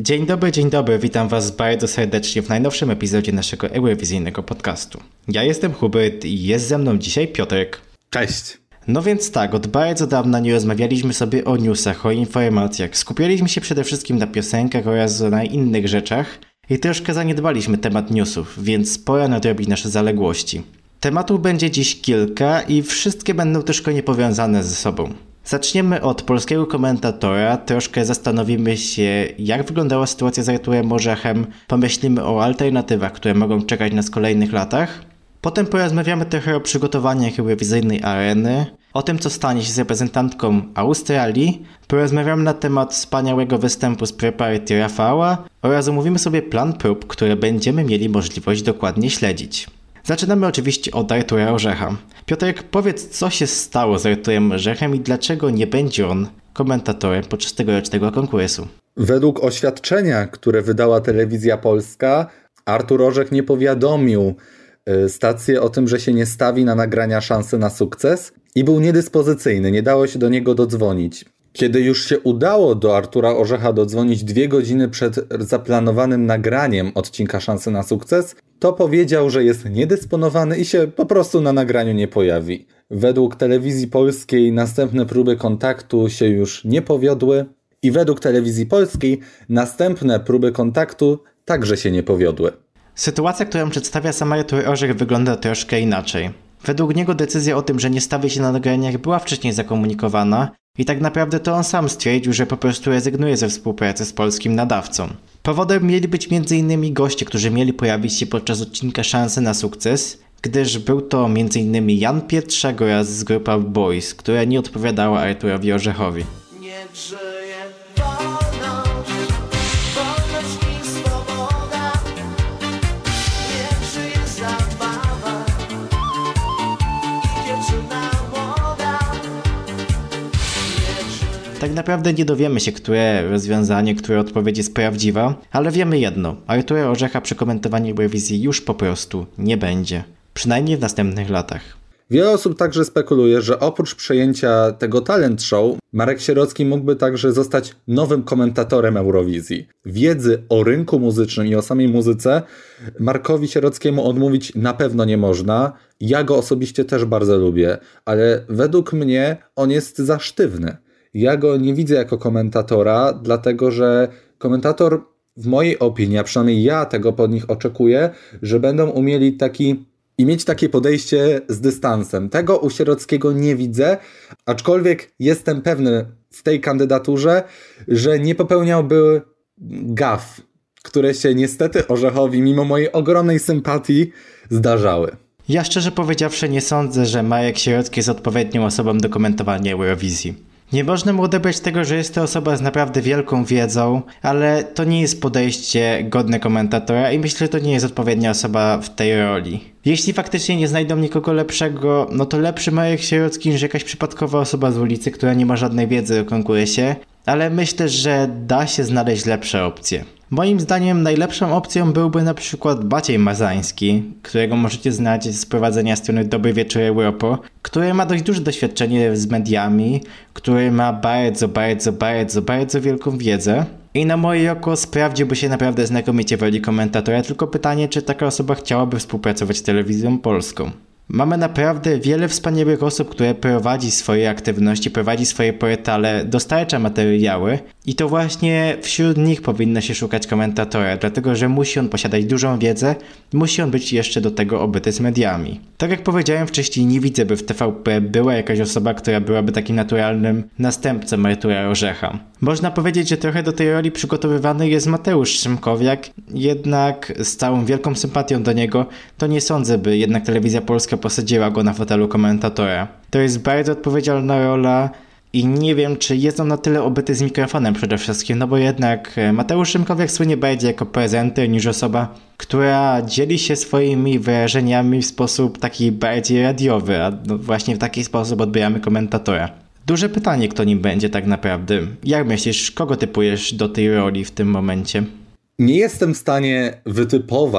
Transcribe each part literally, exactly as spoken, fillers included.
Dzień dobry, dzień dobry, witam Was bardzo serdecznie w najnowszym epizodzie naszego eurowizyjnego podcastu. Ja jestem Hubert i jest ze mną dzisiaj Piotrek. Cześć. No więc tak, od bardzo dawna nie rozmawialiśmy sobie o newsach, o informacjach. Skupialiśmy się przede wszystkim na piosenkach oraz na innych rzeczach i troszkę zaniedbaliśmy temat newsów, więc pora nadrobić nasze zaległości. Tematów będzie dziś kilka i wszystkie będą troszkę niepowiązane ze sobą. Zaczniemy od polskiego komentatora, troszkę zastanowimy się, jak wyglądała sytuacja z Arturem Orzechem, pomyślimy o alternatywach, które mogą czekać nas w kolejnych latach. Potem porozmawiamy trochę o przygotowaniach eurowizyjnej areny, o tym, co stanie się z reprezentantką Australii, porozmawiamy na temat wspaniałego występu z pre-party Rafała oraz omówimy sobie plan prób, które będziemy mieli możliwość dokładnie śledzić. Zaczynamy oczywiście od Artura Orzecha. Piotrek, powiedz, co się stało z Arturem Orzechem i dlaczego nie będzie on komentatorem podczas tegorocznego konkursu? Według oświadczenia, które wydała Telewizja Polska, Artur Orzech nie powiadomił stację o tym, że się nie stawi na nagrania Szansy na sukces i był niedyspozycyjny, nie dało się do niego dodzwonić. Kiedy już się udało do Artura Orzecha dodzwonić dwie godziny przed zaplanowanym nagraniem odcinka Szansy na sukces, to powiedział, że jest niedysponowany i się po prostu na nagraniu nie pojawi. Według Telewizji Polskiej następne próby kontaktu się już nie powiodły i według Telewizji Polskiej następne próby kontaktu także się nie powiodły. Sytuacja, którą przedstawia sam Artur Orzech, wygląda troszkę inaczej. Według niego decyzja o tym, że nie stawi się na nagraniach, była wcześniej zakomunikowana i tak naprawdę to on sam stwierdził, że po prostu rezygnuje ze współpracy z polskim nadawcą. Powodem mieli być między innymi goście, którzy mieli pojawić się podczas odcinka Szansy na sukces, gdyż był to między innymi Jan Pietrzak oraz grupa Boys, która nie odpowiadała Arturowi Orzechowi. Niech żyje wolność, wolność i swoboda, niech żyje zabawa i dziewczyna młoda. Tak naprawdę nie dowiemy się, które rozwiązanie, która odpowiedź jest prawdziwa, ale wiemy jedno. Artura Orzecha przy komentowaniu Eurowizji już po prostu nie będzie. Przynajmniej w następnych latach. Wiele osób także spekuluje, że oprócz przejęcia tego talent show, Marek Sierocki mógłby także zostać nowym komentatorem Eurowizji. Wiedzy o rynku muzycznym i o samej muzyce Markowi Sierockiemu odmówić na pewno nie można. Ja go osobiście też bardzo lubię, ale według mnie on jest za sztywny. Ja go nie widzę jako komentatora, dlatego że komentator w mojej opinii, a przynajmniej ja tego pod nich oczekuję, że będą umieli taki i mieć takie podejście z dystansem. Tego u Sierockiego nie widzę, aczkolwiek jestem pewny w tej kandydaturze, że nie popełniałby gaf, które się niestety Orzechowi, mimo mojej ogromnej sympatii, zdarzały. Ja szczerze powiedziawszy nie sądzę, że Marek Sierocki jest odpowiednią osobą do komentowania Eurowizji. Nie można mu odebrać tego, że jest to osoba z naprawdę wielką wiedzą, ale to nie jest podejście godne komentatora i myślę, że to nie jest odpowiednia osoba w tej roli. Jeśli faktycznie nie znajdą nikogo lepszego, no to lepszy Marek Sierocki niż jakaś przypadkowa osoba z ulicy, która nie ma żadnej wiedzy o konkursie, ale myślę, że da się znaleźć lepsze opcje. Moim zdaniem najlepszą opcją byłby na przykład Maciej Mazański, którego możecie znać z prowadzenia strony Dobry Wieczór Europo, który ma dość duże doświadczenie z mediami, który ma bardzo, bardzo, bardzo, bardzo wielką wiedzę i na moje oko sprawdziłby się naprawdę znakomicie w roli komentatora, tylko pytanie, czy taka osoba chciałaby współpracować z Telewizją Polską. Mamy naprawdę wiele wspaniałych osób, które prowadzi swoje aktywności, prowadzi swoje portale, dostarcza materiały i to właśnie wśród nich powinno się szukać komentatora, dlatego że musi on posiadać dużą wiedzę, musi on być jeszcze do tego obyty z mediami. Tak jak powiedziałem wcześniej, nie widzę, by w T V P była jakaś osoba, która byłaby takim naturalnym następcą Artura Orzecha. Można powiedzieć, że trochę do tej roli przygotowywany jest Mateusz Szymkowiak, jednak z całą wielką sympatią do niego, to nie sądzę, by jednak Telewizja Polska posadziła go na fotelu komentatora. To jest bardzo odpowiedzialna rola i nie wiem, czy jest on na tyle obyty z mikrofonem przede wszystkim, no bo jednak Mateusz Szymkowiak słynie bardziej jako prezenter niż osoba, która dzieli się swoimi wyrażeniami w sposób taki bardziej radiowy, a no właśnie w taki sposób odbieramy komentatora. Duże pytanie, kto nim będzie tak naprawdę. Jak myślisz, kogo typujesz do tej roli w tym momencie? Nie jestem w stanie wytypować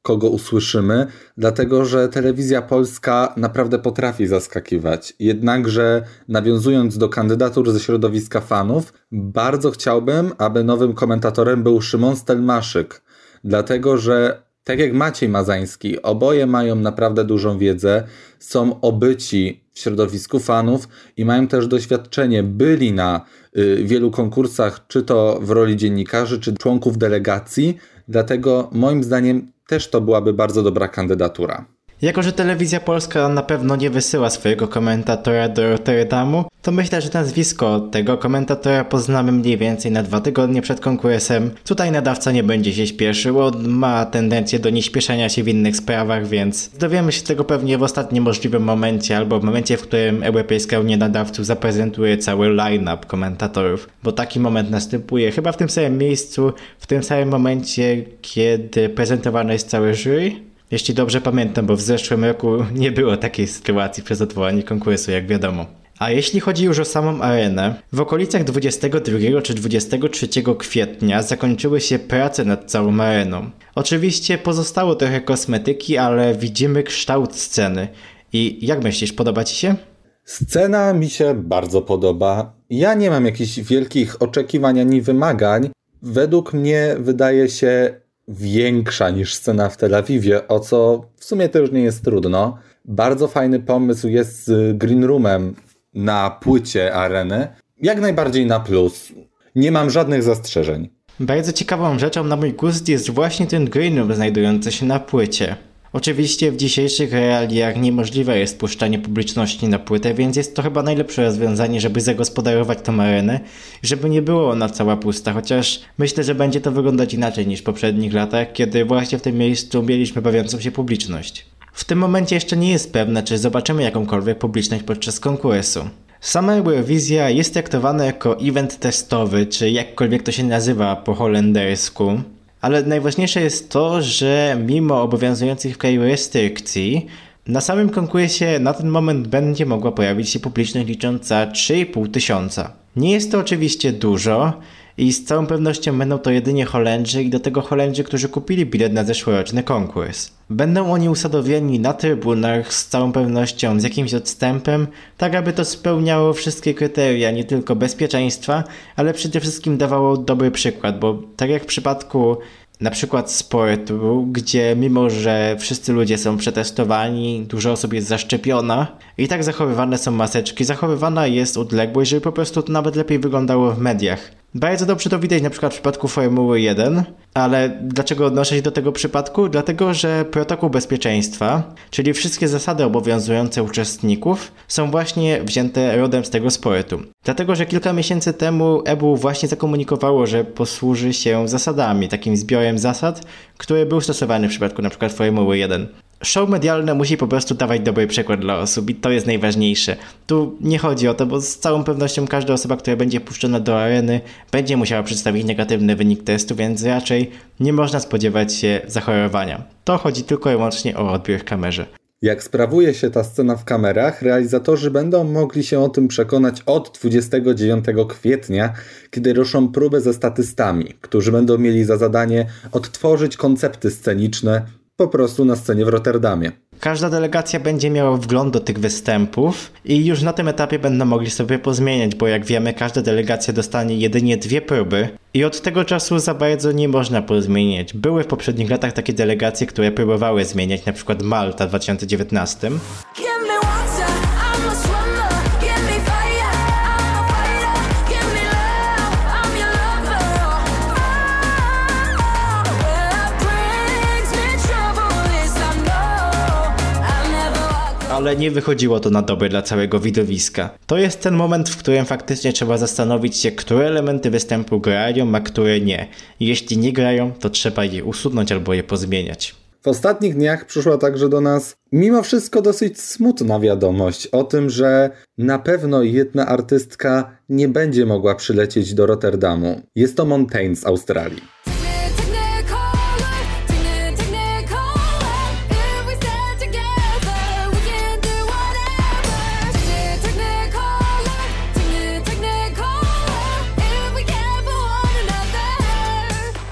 kogo usłyszymy, dlatego że telewizja polska naprawdę potrafi zaskakiwać. Jednakże nawiązując do kandydatur ze środowiska fanów, bardzo chciałbym, aby nowym komentatorem był Szymon Stelmaszyk, dlatego że tak jak Maciej Mazański, oboje mają naprawdę dużą wiedzę, są obyci w środowisku fanów i mają też doświadczenie, byli na y, wielu konkursach, czy to w roli dziennikarzy, czy członków delegacji, dlatego moim zdaniem też to byłaby bardzo dobra kandydatura. Jako że Telewizja Polska na pewno nie wysyła swojego komentatora do Rotterdamu, to myślę, że nazwisko tego komentatora poznamy mniej więcej na dwa tygodnie przed konkursem. Tutaj nadawca nie będzie się śpieszył, on ma tendencję do nieśpieszenia się w innych sprawach, więc dowiemy się tego pewnie w ostatnim możliwym momencie, albo w momencie, w którym Europejska Unia Nadawców zaprezentuje cały line-up komentatorów, bo taki moment następuje chyba w tym samym miejscu, w tym samym momencie, kiedy prezentowane jest całe jury. Jeśli dobrze pamiętam, bo w zeszłym roku nie było takiej sytuacji przez odwołanie konkursu, jak wiadomo. A jeśli chodzi już o samą arenę, w okolicach dwudziestego drugiego czy dwudziestego trzeciego kwietnia zakończyły się prace nad całą areną. Oczywiście pozostało trochę kosmetyki, ale widzimy kształt sceny. I jak myślisz, podoba Ci się? Scena mi się bardzo podoba. Ja nie mam jakichś wielkich oczekiwań ani wymagań. Według mnie wydaje się większa niż scena w Tel Awiwie, o co w sumie też nie jest trudno. Bardzo fajny pomysł jest z green roomem na płycie areny. Jak najbardziej na plus. Nie mam żadnych zastrzeżeń. Bardzo ciekawą rzeczą na mój gust jest właśnie ten green room znajdujący się na płycie. Oczywiście w dzisiejszych realiach niemożliwe jest puszczanie publiczności na płytę, więc jest to chyba najlepsze rozwiązanie, żeby zagospodarować tą arenę, żeby nie było ona cała pusta, chociaż myślę, że będzie to wyglądać inaczej niż w poprzednich latach, kiedy właśnie w tym miejscu mieliśmy bawiącą się publiczność. W tym momencie jeszcze nie jest pewne, czy zobaczymy jakąkolwiek publiczność podczas konkursu. Sama Eurowizja jest traktowana jako event testowy, czy jakkolwiek to się nazywa po holendersku. Ale najważniejsze jest to, że mimo obowiązujących w kraju restrykcji, na samym konkursie na ten moment będzie mogła pojawić się publiczność licząca trzy i pół tysiąca. Nie jest to oczywiście dużo i z całą pewnością będą to jedynie Holendrzy i do tego Holendrzy, którzy kupili bilet na zeszłoroczny konkurs. Będą oni usadowieni na trybunach z całą pewnością z jakimś odstępem, tak aby to spełniało wszystkie kryteria, nie tylko bezpieczeństwa, ale przede wszystkim dawało dobry przykład, bo tak jak w przypadku na przykład sportu, gdzie mimo, że wszyscy ludzie są przetestowani, dużo osób jest zaszczepiona i tak zachowywane są maseczki, zachowywana jest odległość, żeby po prostu to nawet lepiej wyglądało w mediach. Bardzo dobrze to widać na przykład w przypadku Formuły jeden, ale dlaczego odnoszę się do tego przypadku? Dlatego, że protokół bezpieczeństwa, czyli wszystkie zasady obowiązujące uczestników, są właśnie wzięte rodem z tego sportu. Dlatego, że kilka miesięcy temu E B U właśnie zakomunikowało, że posłuży się zasadami, takim zbiorem zasad, który był stosowany w przypadku na przykład Formuły jeden. Show medialne musi po prostu dawać dobry przykład dla osób i to jest najważniejsze. Tu nie chodzi o to, bo z całą pewnością każda osoba, która będzie puszczona do areny, będzie musiała przedstawić negatywny wynik testu, więc raczej nie można spodziewać się zachorowania. To chodzi tylko i wyłącznie o odbiór w kamerze. Jak sprawuje się ta scena w kamerach, realizatorzy będą mogli się o tym przekonać od dwudziestego dziewiątego kwietnia, kiedy ruszą próby ze statystami, którzy będą mieli za zadanie odtworzyć koncepty sceniczne po prostu na scenie w Rotterdamie. Każda delegacja będzie miała wgląd do tych występów i już na tym etapie będą mogli sobie pozmieniać, bo jak wiemy, każda delegacja dostanie jedynie dwie próby i od tego czasu za bardzo nie można pozmieniać. Były w poprzednich latach takie delegacje, które próbowały zmieniać, na przykład Malta w dwa tysiące dziewiętnastym. Ale nie wychodziło to na dobre dla całego widowiska. To jest ten moment, w którym faktycznie trzeba zastanowić się, które elementy występu grają, a które nie. Jeśli nie grają, to trzeba je usunąć albo je pozmieniać. W ostatnich dniach przyszła także do nas mimo wszystko dosyć smutna wiadomość o tym, że na pewno jedna artystka nie będzie mogła przylecieć do Rotterdamu. Jest to Montaigne z Australii.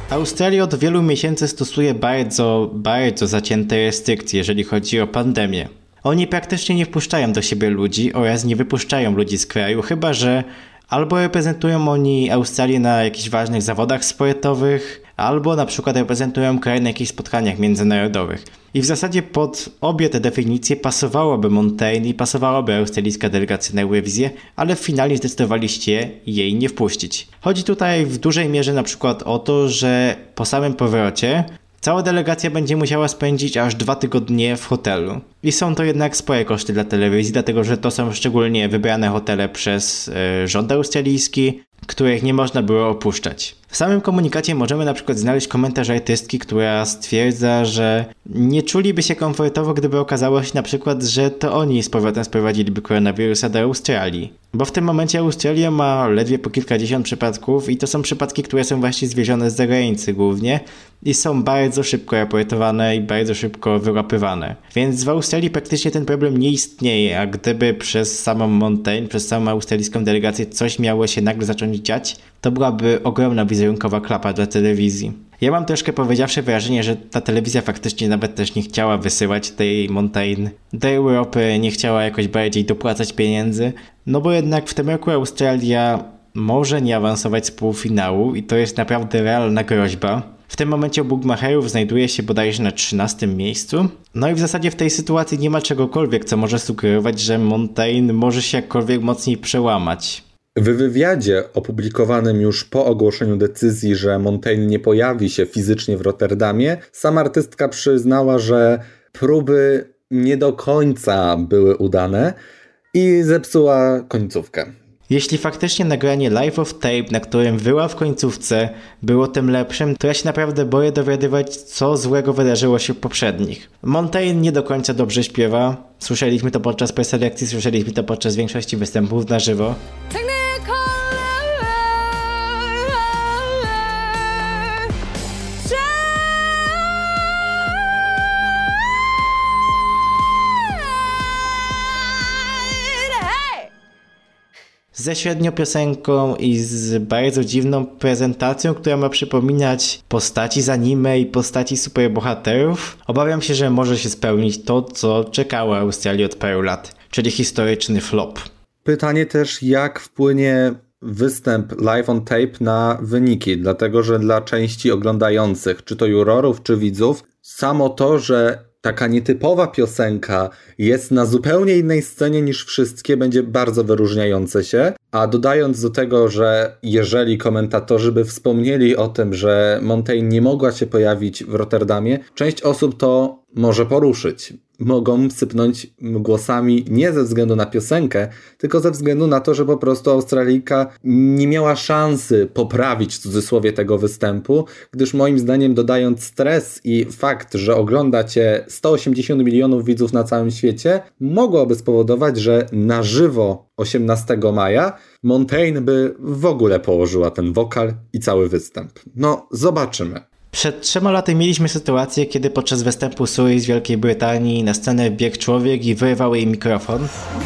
Australia od wielu miesięcy stosuje bardzo, bardzo zacięte restrykcje, jeżeli chodzi o pandemię. Oni praktycznie nie wpuszczają do siebie ludzi oraz nie wypuszczają ludzi z kraju, chyba że albo reprezentują oni Australię na jakichś ważnych zawodach sportowych, albo na przykład reprezentują kraj na jakichś spotkaniach międzynarodowych. I w zasadzie pod obie te definicje pasowałoby Montaigne i pasowałoby australijska delegacja na Eurowizję, ale w finale zdecydowaliście jej nie wpuścić. Chodzi tutaj w dużej mierze na przykład o to, że po samym powrocie cała delegacja będzie musiała spędzić aż dwa tygodnie w hotelu. I są to jednak spore koszty dla telewizji, dlatego że to są szczególnie wybrane hotele przez yy, rząd australijski, których nie można było opuszczać. W samym komunikacie możemy na przykład znaleźć komentarz artystki, która stwierdza, że nie czuliby się komfortowo, gdyby okazało się na przykład, że to oni z powrotem sprowadziliby koronawirusa do Australii. Bo w tym momencie Australia ma ledwie po kilkadziesiąt przypadków i to są przypadki, które są właśnie zwiezione z zagranicy głównie i są bardzo szybko raportowane i bardzo szybko wyłapywane. Więc w Australii praktycznie ten problem nie istnieje, a gdyby przez samą Montaigne, przez samą australijską delegację coś miało się nagle zacząć dziać, to byłaby ogromna wizerunkowa klapa dla telewizji. Ja mam troszkę powiedziawszy wrażenie, że ta telewizja faktycznie nawet też nie chciała wysyłać tej Montaigne do Europy, nie chciała jakoś bardziej dopłacać pieniędzy, no bo jednak w tym roku Australia może nie awansować z półfinału i to jest naprawdę realna groźba. W tym momencie u bookmacherów znajduje się bodajże na trzynastym miejscu. No i w zasadzie w tej sytuacji nie ma czegokolwiek, co może sugerować, że Montaigne może się jakkolwiek mocniej przełamać. W wywiadzie opublikowanym już po ogłoszeniu decyzji, że Montaigne nie pojawi się fizycznie w Rotterdamie, sama artystka przyznała, że próby nie do końca były udane i zepsuła końcówkę. Jeśli faktycznie nagranie Live of Tape, na którym była w końcówce, było tym lepszym, to ja się naprawdę boję dowiadywać, co złego wydarzyło się w poprzednich. Montaigne nie do końca dobrze śpiewa. Słyszeliśmy to podczas preselekcji, słyszeliśmy to podczas większości występów na żywo. Ze średnią piosenką i z bardzo dziwną prezentacją, która ma przypominać postaci z anime i postaci superbohaterów. Obawiam się, że może się spełnić to, co czekało Australii od paru lat, czyli historyczny flop. Pytanie też, jak wpłynie występ live on tape na wyniki, dlatego że dla części oglądających, czy to jurorów, czy widzów, samo to, że taka nietypowa piosenka jest na zupełnie innej scenie niż wszystkie, będzie bardzo wyróżniające się. A dodając do tego, że jeżeli komentatorzy by wspomnieli o tym, że Montaigne nie mogła się pojawić w Rotterdamie, część osób to może poruszyć. Mogą sypnąć głosami nie ze względu na piosenkę, tylko ze względu na to, że po prostu Australijka nie miała szansy poprawić w cudzysłowie tego występu, gdyż moim zdaniem dodając stres i fakt, że ogląda cię sto osiemdziesiąt milionów widzów na całym świecie, mogłoby spowodować, że na żywo osiemnastego maja Montaigne by w ogóle położyła ten wokal i cały występ. No, zobaczymy. Przed trzema laty mieliśmy sytuację, kiedy podczas występu Suri z Wielkiej Brytanii na scenę wbiegł człowiek i wyrwał jej mikrofon.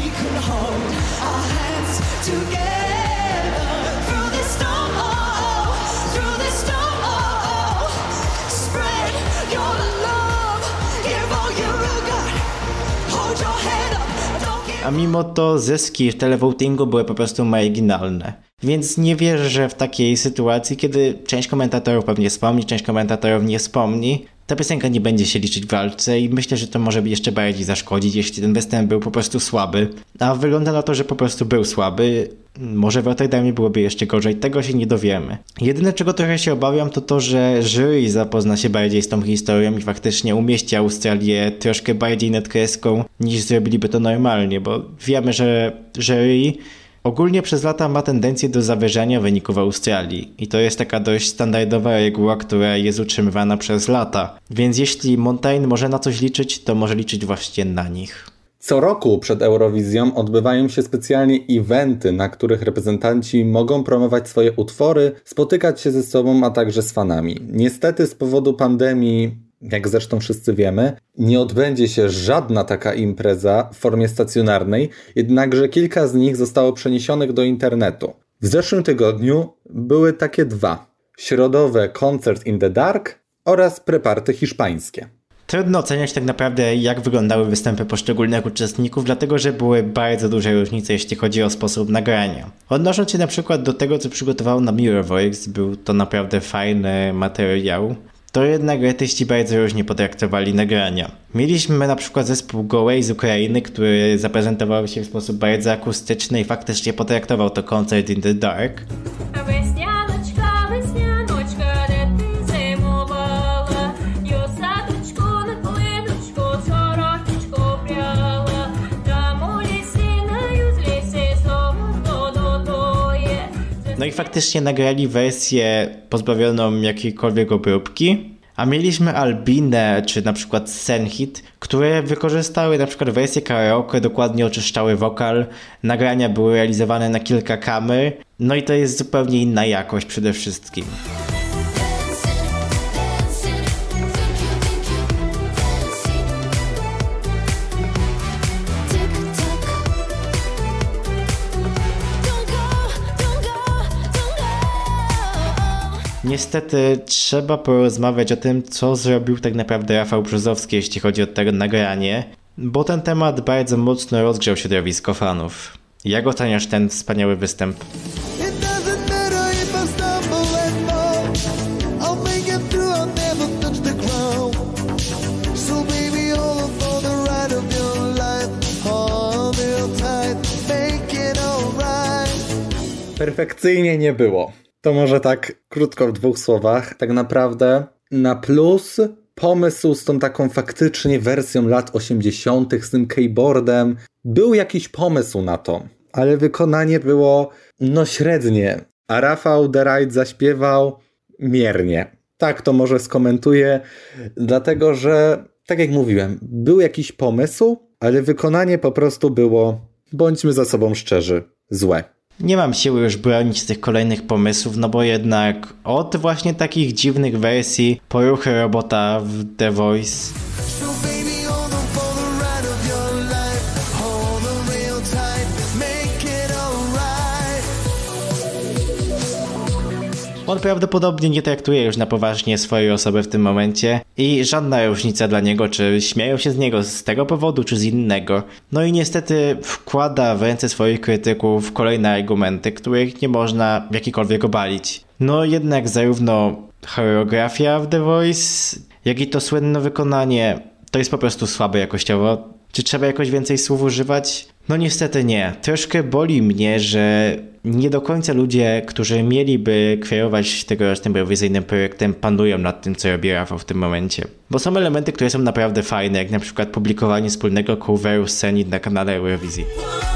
A mimo to zyski w televotingu były po prostu marginalne. Więc nie wierzę, że w takiej sytuacji, kiedy część komentatorów pewnie wspomni, część komentatorów nie wspomni, ta piosenka nie będzie się liczyć w walce i myślę, że to może jeszcze bardziej zaszkodzić, jeśli ten występ był po prostu słaby. A wygląda na to, że po prostu był słaby. Może w Rotterdamie byłoby jeszcze gorzej, tego się nie dowiemy. Jedyne, czego trochę się obawiam, to to, że jury zapozna się bardziej z tą historią i faktycznie umieści Australię troszkę bardziej nad kreską, niż zrobiliby to normalnie, bo wiemy, że jury ogólnie przez lata ma tendencję do zawyżania wyników Australii i to jest taka dość standardowa reguła, która jest utrzymywana przez lata. Więc jeśli Montaigne może na coś liczyć, to może liczyć właśnie na nich. Co roku przed Eurowizją odbywają się specjalnie eventy, na których reprezentanci mogą promować swoje utwory, spotykać się ze sobą, a także z fanami. Niestety z powodu pandemii, jak zresztą wszyscy wiemy, nie odbędzie się żadna taka impreza w formie stacjonarnej, jednakże kilka z nich zostało przeniesionych do internetu. W zeszłym tygodniu były takie dwa. środowe Concert in the Dark oraz preparty hiszpańskie. Trudno oceniać tak naprawdę, jak wyglądały występy poszczególnych uczestników, dlatego że były bardzo duże różnice, jeśli chodzi o sposób nagrania. Odnosząc się na przykład do tego, co przygotował nam Mirror Voice, był to naprawdę fajny materiał, to jednak artyści bardzo różnie potraktowali nagrania. Mieliśmy na przykład zespół Gołej z Ukrainy, który zaprezentował się w sposób bardzo akustyczny i faktycznie potraktował to Concert in the Dark. No i faktycznie nagrali wersję pozbawioną jakiejkolwiek obróbki, a mieliśmy Albinę czy na przykład Senhit, które wykorzystały na przykład wersję karaoke, dokładnie oczyszczały wokal, nagrania były realizowane na kilka kamer, no i to jest zupełnie inna jakość przede wszystkim. Niestety trzeba porozmawiać o tym, co zrobił tak naprawdę Rafał Brzozowski, jeśli chodzi o tego nagranie, bo ten temat bardzo mocno rozgrzał środowisko fanów. Jak oceniasz ten wspaniały występ? Perfekcyjnie nie było. To może tak krótko w dwóch słowach. Tak naprawdę na plus pomysł z tą taką faktycznie wersją lat osiemdziesiątych z tym keyboardem. Był jakiś pomysł na to, ale wykonanie było no średnie. A Rafał The Right zaśpiewał miernie. Tak to może skomentuję, dlatego że, tak jak mówiłem, był jakiś pomysł, ale wykonanie po prostu było, bądźmy ze sobą szczerzy, złe. Nie mam siły już bronić tych kolejnych pomysłów, no bo jednak od właśnie takich dziwnych wersji poruchy robota w The Voice on prawdopodobnie nie traktuje już na poważnie swojej osoby w tym momencie i żadna różnica dla niego, czy śmieją się z niego z tego powodu, czy z innego. No i niestety wkłada w ręce swoich krytyków kolejne argumenty, których nie można w jakikolwiek obalić. No jednak zarówno choreografia w The Voice, jak i to słynne wykonanie, to jest po prostu słabe jakościowo. Czy trzeba jakoś więcej słów używać? No niestety nie. Troszkę boli mnie, że nie do końca ludzie, którzy mieliby kreować tegorocznym eurowizyjnym projektem, panują nad tym, co robi Rafał w tym momencie. Bo są elementy, które są naprawdę fajne, jak na przykład publikowanie wspólnego coveru sceny na kanale Eurowizji.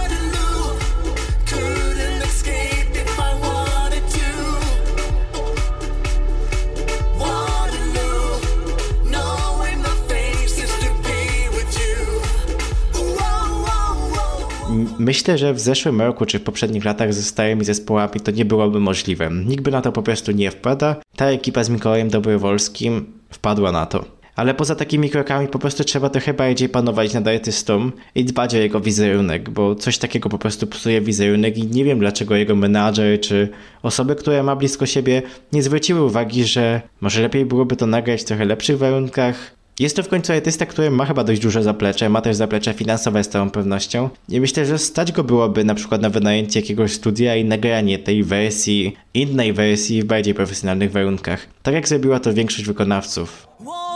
Myślę, że w zeszłym roku czy w poprzednich latach ze starymi zespołami to nie byłoby możliwe. Nikt by na to po prostu nie wpada. Ta ekipa z Mikołajem Dobrowolskim wpadła na to. Ale poza takimi krokami po prostu trzeba trochę bardziej panować nad artystą i dbać o jego wizerunek, bo coś takiego po prostu psuje wizerunek i nie wiem dlaczego jego menadżer czy osoby, które ma blisko siebie nie zwróciły uwagi, że może lepiej byłoby to nagrać w trochę lepszych warunkach. Jest to w końcu artysta, który ma chyba dość duże zaplecze, ma też zaplecze finansowe z całą pewnością i myślę, że stać go byłoby na przykład na wynajęcie jakiegoś studia i nagranie tej wersji, innej wersji w bardziej profesjonalnych warunkach. Tak jak zrobiła to większość wykonawców.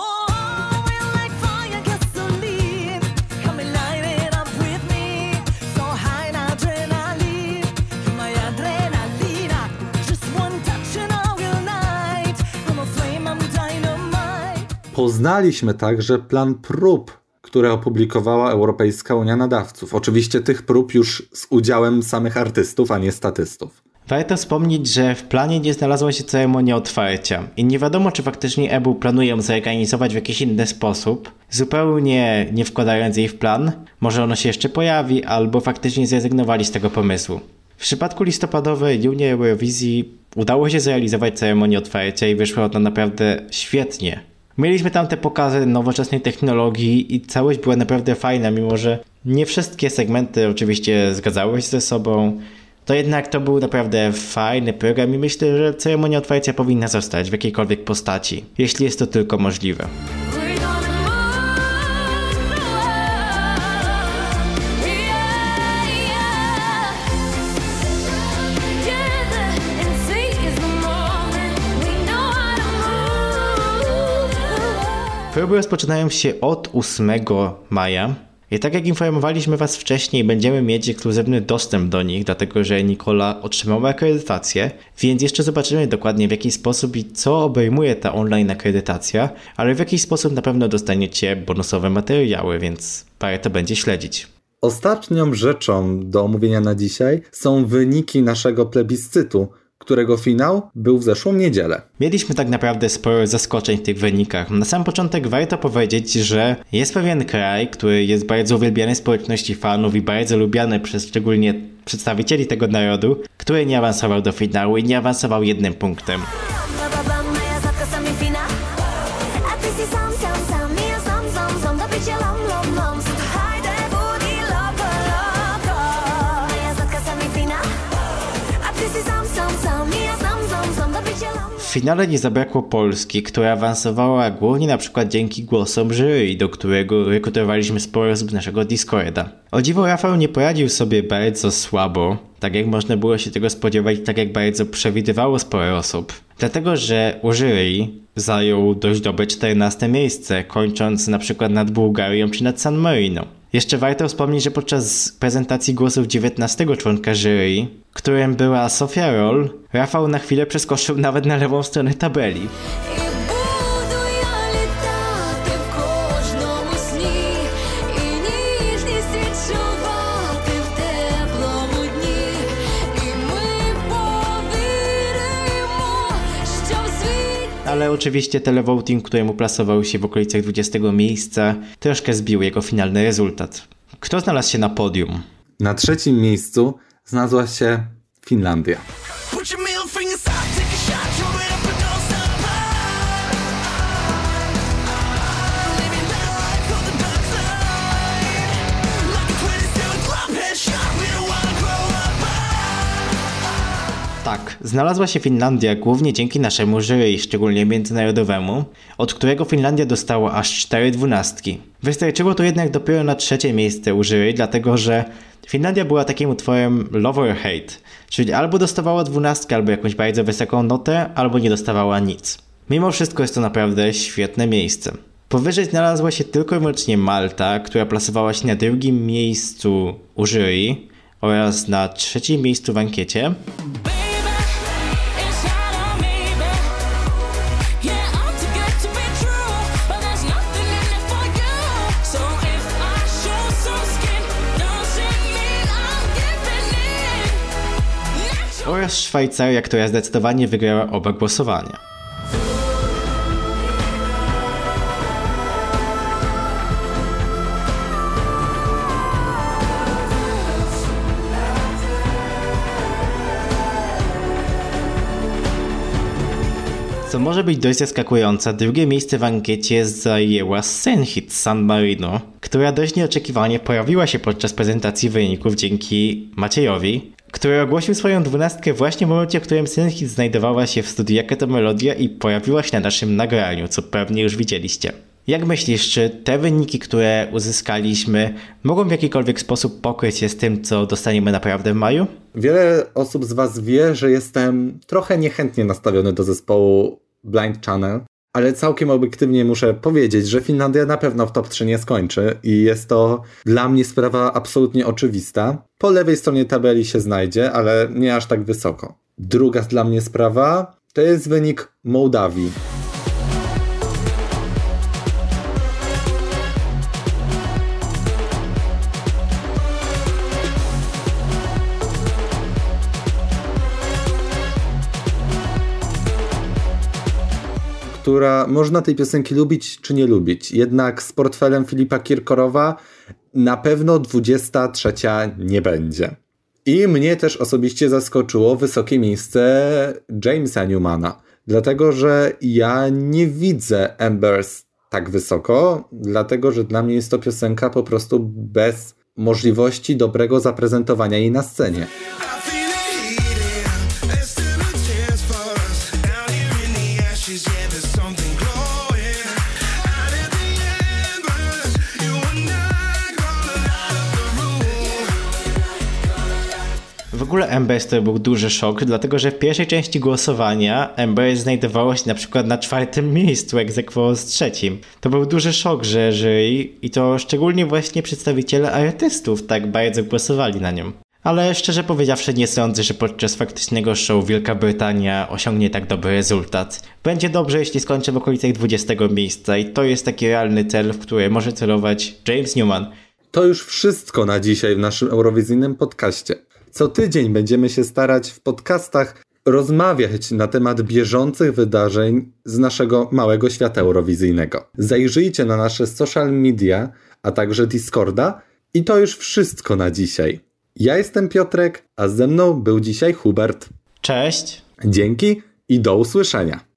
Poznaliśmy także plan prób, które opublikowała Europejska Unia Nadawców. Oczywiście tych prób już z udziałem samych artystów, a nie statystów. Warto wspomnieć, że w planie nie znalazła się ceremonia otwarcia i nie wiadomo, czy faktycznie E B U planują zorganizować w jakiś inny sposób, zupełnie nie wkładając jej w plan. Może ono się jeszcze pojawi, albo faktycznie zrezygnowali z tego pomysłu. W przypadku listopadowej Unii Eurowizji udało się zrealizować ceremonię otwarcia i wyszło ono naprawdę świetnie. Mieliśmy tam te pokazy nowoczesnej technologii i całość była naprawdę fajna, mimo że nie wszystkie segmenty oczywiście zgadzały się ze sobą. to jednak to był naprawdę fajny program i myślę, że ceremonia otwarcia powinna zostać w jakiejkolwiek postaci, jeśli jest to tylko możliwe. Próby rozpoczynają się od ósmego maja i tak jak informowaliśmy Was wcześniej, będziemy mieć ekskluzywny dostęp do nich, dlatego że Nikola otrzymała akredytację, więc jeszcze zobaczymy dokładnie w jaki sposób i co obejmuje ta online akredytacja, ale w jakiś sposób na pewno dostaniecie bonusowe materiały, więc warto będzie śledzić. Ostatnią rzeczą do omówienia na dzisiaj są wyniki naszego plebiscytu, którego finał był w zeszłą niedzielę. Mieliśmy tak naprawdę sporo zaskoczeń w tych wynikach. Na sam początek warto powiedzieć, że jest pewien kraj, który jest bardzo uwielbiany w społeczności fanów i bardzo lubiany przez szczególnie przedstawicieli tego narodu, który nie awansował do finału i nie awansował jednym punktem. W finale nie zabrakło Polski, która awansowała głównie na przykład dzięki głosom jury, do którego rekrutowaliśmy sporo osób z naszego Discorda. O dziwo Rafał nie poradził sobie bardzo słabo, tak jak można było się tego spodziewać, tak jak bardzo przewidywało sporo osób. Dlatego, że u jury zajął dość dobre czternaste miejsce, kończąc na przykład nad Bułgarią czy nad San Marino. Jeszcze warto wspomnieć, że podczas prezentacji głosów dziewiętnastego członka jury, którym była Sofia Roll, Rafał na chwilę przeskoczył nawet na lewą stronę tabeli. Ale oczywiście televoting, któremu plasował się w okolicach dwudziestego miejsca, troszkę zbił jego finalny rezultat. Kto znalazł się na podium? Na trzecim miejscu znalazła się Finlandia. Tak, znalazła się Finlandia głównie dzięki naszemu jury, szczególnie międzynarodowemu, od którego Finlandia dostała aż cztery dwunastki. Wystarczyło to jednak dopiero na trzecie miejsce u jury, dlatego że Finlandia była takim utworem love or hate, czyli albo dostawała dwunastkę, albo jakąś bardzo wysoką notę, albo nie dostawała nic. Mimo wszystko jest to naprawdę świetne miejsce. Powyżej znalazła się tylko i wyłącznie Malta, która plasowała się na drugim miejscu u jury oraz na trzecim miejscu w ankiecie. Oraz Szwajcaria, która zdecydowanie wygrała oba głosowania. Co może być dość zaskakujące, drugie miejsce w ankiecie zajęła Senhit San Marino, która dość nieoczekiwanie pojawiła się podczas prezentacji wyników dzięki Maciejowi, który ogłosił swoją dwunastkę właśnie w momencie, w którym Senhit znajdowała się w studiu Jaka to Melodia i pojawiła się na naszym nagraniu, co pewnie już widzieliście. Jak myślisz, czy te wyniki, które uzyskaliśmy, mogą w jakikolwiek sposób pokryć się z tym, co dostaniemy naprawdę w maju? Wiele osób z Was wie, że jestem trochę niechętnie nastawiony do zespołu Blind Channel, ale całkiem obiektywnie muszę powiedzieć, że Finlandia na pewno w top trzy nie skończy i jest to dla mnie sprawa absolutnie oczywista. Po lewej stronie tabeli się znajdzie, ale nie aż tak wysoko. Druga dla mnie sprawa to jest wynik Mołdawii. Która można tej piosenki lubić czy nie lubić. Jednak z portfelem Filipa Kirkorowa na pewno dwudziesta trzecia nie będzie. I mnie też osobiście zaskoczyło wysokie miejsce Jamesa Newmana. Dlatego, że ja nie widzę Embers tak wysoko, dlatego, że dla mnie jest to piosenka po prostu bez możliwości dobrego zaprezentowania jej na scenie. W ogóle Embrace to był duży szok, dlatego że w pierwszej części głosowania Embrace znajdowało się na przykład na czwartym miejscu ex aequo z trzecim. To był duży szok, że jury i to szczególnie właśnie przedstawiciele artystów tak bardzo głosowali na nią. Ale szczerze powiedziawszy nie sądzę, że podczas faktycznego show Wielka Brytania osiągnie tak dobry rezultat. Będzie dobrze, jeśli skończy w okolicach dwudziestego miejsca i to jest taki realny cel, w który może celować James Newman. To już wszystko na dzisiaj w naszym eurowizyjnym podcaście. Co tydzień będziemy się starać w podcastach rozmawiać na temat bieżących wydarzeń z naszego małego świata eurowizyjnego. Zajrzyjcie na nasze social media, a także Discorda i to już wszystko na dzisiaj. Ja jestem Piotrek, a ze mną był dzisiaj Hubert. Cześć. Dzięki i do usłyszenia.